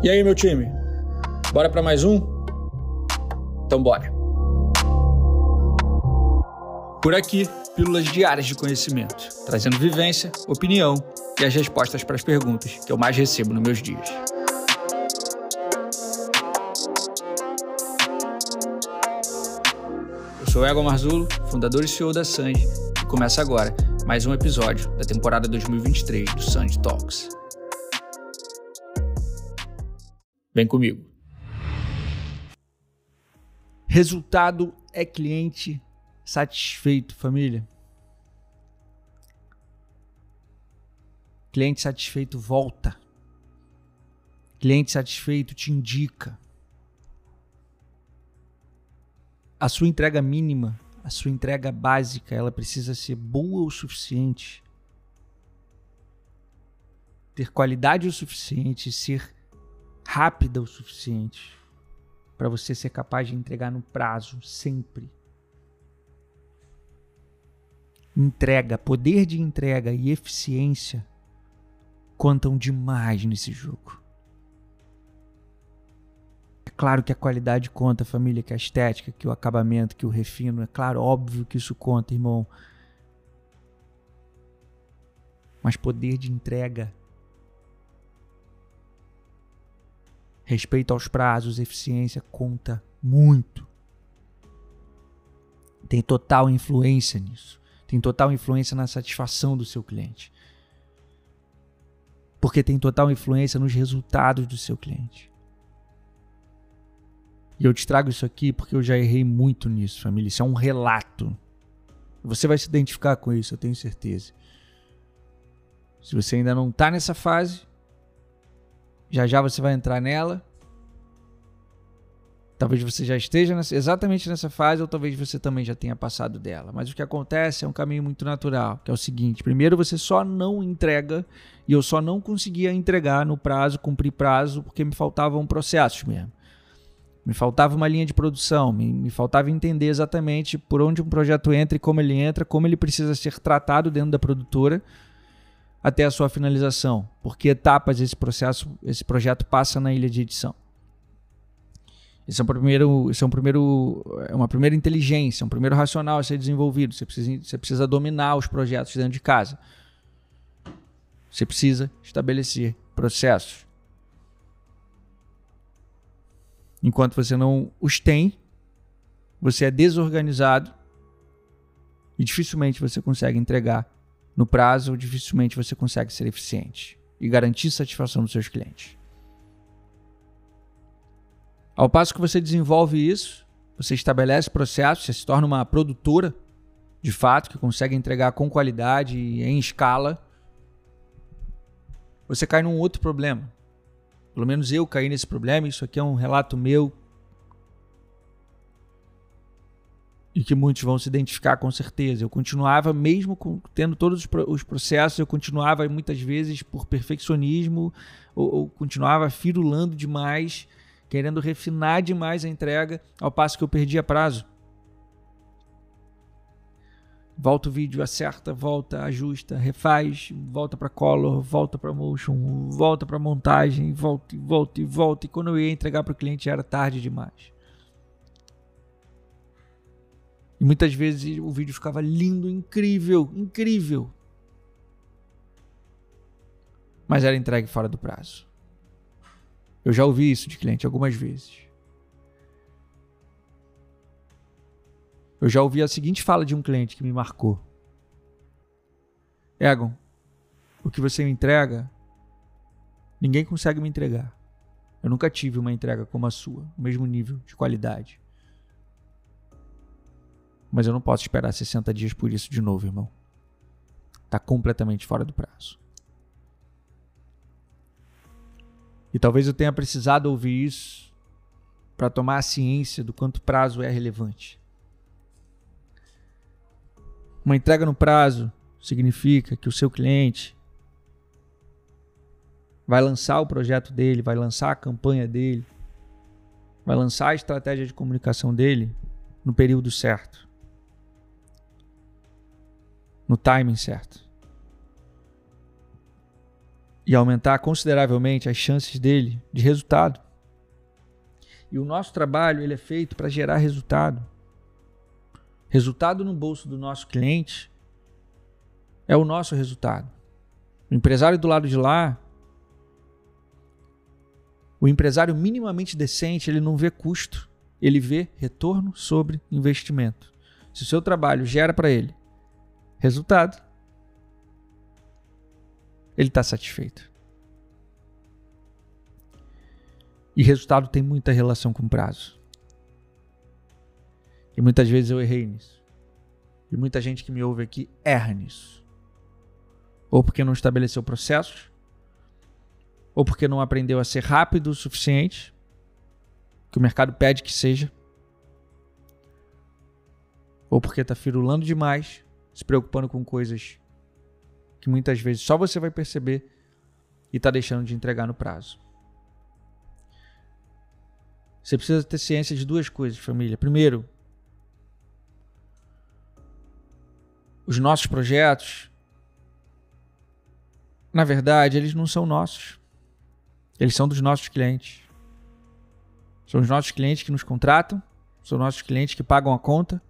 E aí, meu time? Bora para mais um? Então bora. Por aqui, pílulas diárias de conhecimento, trazendo vivência, opinião e as respostas para as perguntas que eu mais recebo nos meus dias. Eu sou Egon Marzullo, fundador e CEO da Sanji, e começa agora mais um episódio da temporada 2023 do Sanji Talks. Vem comigo. Resultado é cliente satisfeito, família. Cliente satisfeito volta. Cliente satisfeito te indica. A sua entrega mínima, a sua entrega básica, ela precisa ser boa o suficiente, ter qualidade o suficiente e ser rápida o suficiente para você ser capaz de entregar no prazo sempre. Entrega, poder de entrega e eficiência contam demais nesse jogo. É claro que a qualidade conta, família, que a estética, que o acabamento, que o refino, é claro, óbvio que isso conta, irmão. Mas poder de entrega, respeito aos prazos, eficiência conta muito. Tem total influência nisso. Tem total influência na satisfação do seu cliente. Porque tem total influência nos resultados do seu cliente. E eu te trago isso aqui porque eu já errei muito nisso, família. Isso é um relato. Você vai se identificar com isso, eu tenho certeza. Se você ainda não está nessa fase, já já você vai entrar nela. Talvez você já esteja exatamente nessa fase, ou talvez você também já tenha passado dela. Mas o que acontece é um caminho muito natural, que é o seguinte: primeiro você só não entrega, e eu só não conseguia entregar no prazo, cumprir prazo, porque me faltavam processos mesmo. Me faltava uma linha de produção, me faltava entender exatamente por onde um projeto entra e como ele precisa ser tratado dentro da produtora, até a sua finalização, porque etapas esse projeto passa na ilha de edição. Esse é uma primeira inteligência, um primeiro racional a ser desenvolvido. Você precisa dominar os projetos dentro de casa. Você precisa estabelecer processos. Enquanto você não os tem, você é desorganizado e dificilmente você consegue entregar no prazo, dificilmente você consegue ser eficiente e garantir satisfação dos seus clientes. Ao passo que você desenvolve isso, você estabelece processos, você se torna uma produtora, de fato, que consegue entregar com qualidade e em escala, você cai num outro problema. Pelo menos eu caí nesse problema, isso aqui é um relato meu e que muitos vão se identificar com certeza. Eu continuava, mesmo tendo todos os processos, eu continuava muitas vezes por perfeccionismo, ou continuava firulando demais, querendo refinar demais a entrega, ao passo que eu perdia prazo. Volta o vídeo, acerta, volta, ajusta, refaz, volta para color, volta para motion, volta para montagem, volta. E quando eu ia entregar para o cliente já era tarde demais. E muitas vezes o vídeo ficava lindo, incrível. Mas era entregue fora do prazo. Eu já ouvi isso de cliente algumas vezes. Eu já ouvi a seguinte fala de um cliente que me marcou: Egon, o que você me entrega, ninguém consegue me entregar. Eu nunca tive uma entrega como a sua, o mesmo nível de qualidade. Mas eu não posso esperar 60 dias por isso de novo, irmão. Está completamente fora do prazo. E talvez eu tenha precisado ouvir isso para tomar a ciência do quanto prazo é relevante. Uma entrega no prazo significa que o seu cliente vai lançar o projeto dele, vai lançar a campanha dele, vai lançar a estratégia de comunicação dele no período certo, no timing certo. e aumentar consideravelmente as chances dele de resultado. E o nosso trabalho ele é feito para gerar resultado. Resultado no bolso do nosso cliente é o nosso resultado. O empresário do lado de lá, o empresário minimamente decente, ele não vê custo, ele vê retorno sobre investimento. Se o seu trabalho gera para ele resultado, ele está satisfeito. E resultado tem muita relação com prazo. E muitas vezes eu errei nisso. E muita gente que me ouve aqui erra nisso. Ou porque não estabeleceu processos, ou porque não aprendeu a ser rápido o suficiente, que o mercado pede que seja, ou porque está firulando demais, se preocupando com coisas que muitas vezes só você vai perceber e está deixando de entregar no prazo. Você precisa ter ciência de duas coisas, família. Primeiro, os nossos projetos, na verdade, eles não são nossos. Eles são dos nossos clientes. São os nossos clientes que nos contratam, são os nossos clientes que pagam a conta,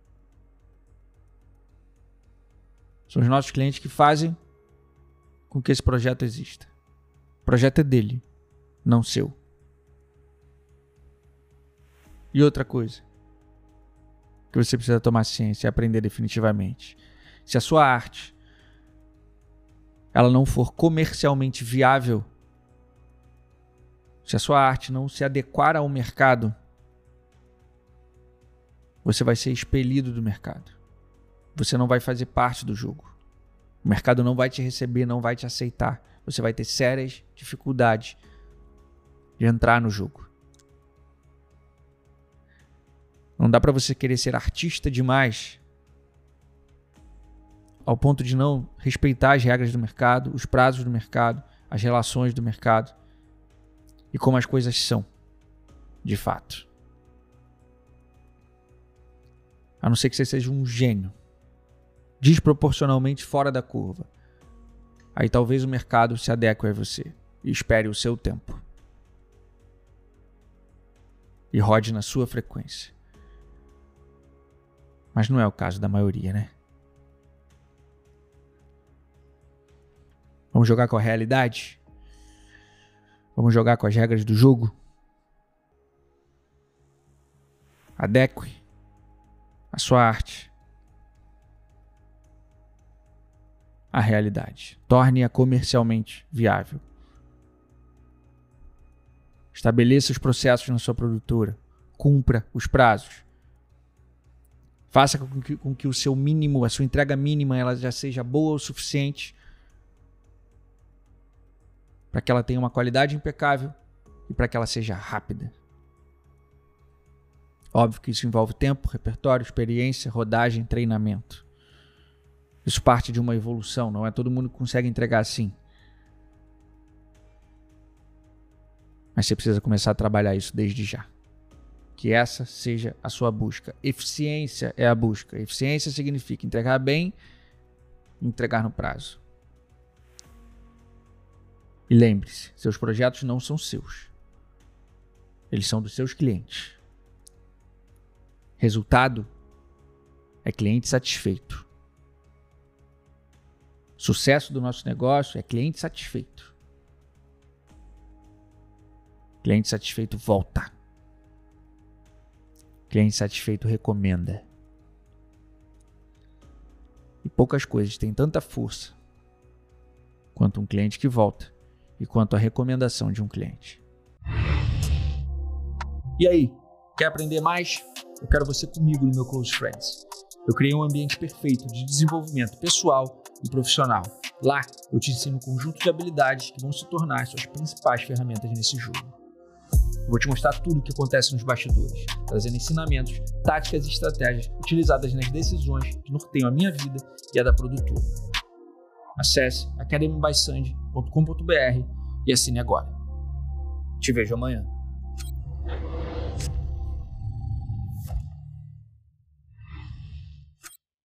são os nossos clientes que fazem com que esse projeto exista. O projeto é dele, não seu. E outra coisa que você precisa tomar ciência e aprender definitivamente. Se a sua arte ela não for comercialmente viável, se a sua arte não se adequar ao mercado, você vai ser expelido do mercado. Você não vai fazer parte do jogo. O mercado não vai te receber, não vai te aceitar. Você vai ter sérias dificuldades de entrar no jogo. Não dá para você querer ser artista demais ao ponto de não respeitar as regras do mercado, os prazos do mercado, as relações do mercado e como as coisas são, de fato. A não ser que você seja um gênio, desproporcionalmente fora da curva. Aí talvez o mercado se adeque a você e espere o seu tempo. E rode na sua frequência. Mas não é o caso da maioria, né? Vamos jogar com a realidade? Vamos jogar com as regras do jogo? Adeque a sua arte à realidade. Torne-a comercialmente viável. Estabeleça os processos na sua produtora. Cumpra os prazos. Faça com que o seu mínimo, a sua entrega mínima, ela já seja boa o suficiente para que ela tenha uma qualidade impecável e para que ela seja rápida. Óbvio que isso envolve tempo, repertório, experiência, rodagem, treinamento. Isso parte de uma evolução, não é todo mundo que consegue entregar assim. Mas você precisa começar a trabalhar isso desde já. Que essa seja a sua busca. Eficiência é a busca. Eficiência significa entregar bem e entregar no prazo. E lembre-se, seus projetos não são seus. Eles são dos seus clientes. Resultado é cliente satisfeito. Sucesso do nosso negócio é cliente satisfeito. Cliente satisfeito volta. Cliente satisfeito recomenda. E poucas coisas têm tanta força quanto um cliente que volta e quanto a recomendação de um cliente. E aí, quer aprender mais? Eu quero você comigo no meu Close Friends. Eu criei um ambiente perfeito de desenvolvimento pessoal e profissional. Lá, eu te ensino um conjunto de habilidades que vão se tornar suas principais ferramentas nesse jogo. Eu vou te mostrar tudo o que acontece nos bastidores, trazendo ensinamentos, táticas e estratégias utilizadas nas decisões que norteiam a minha vida e a da produtora. Acesse academybysand.com.br e assine agora. Te vejo amanhã.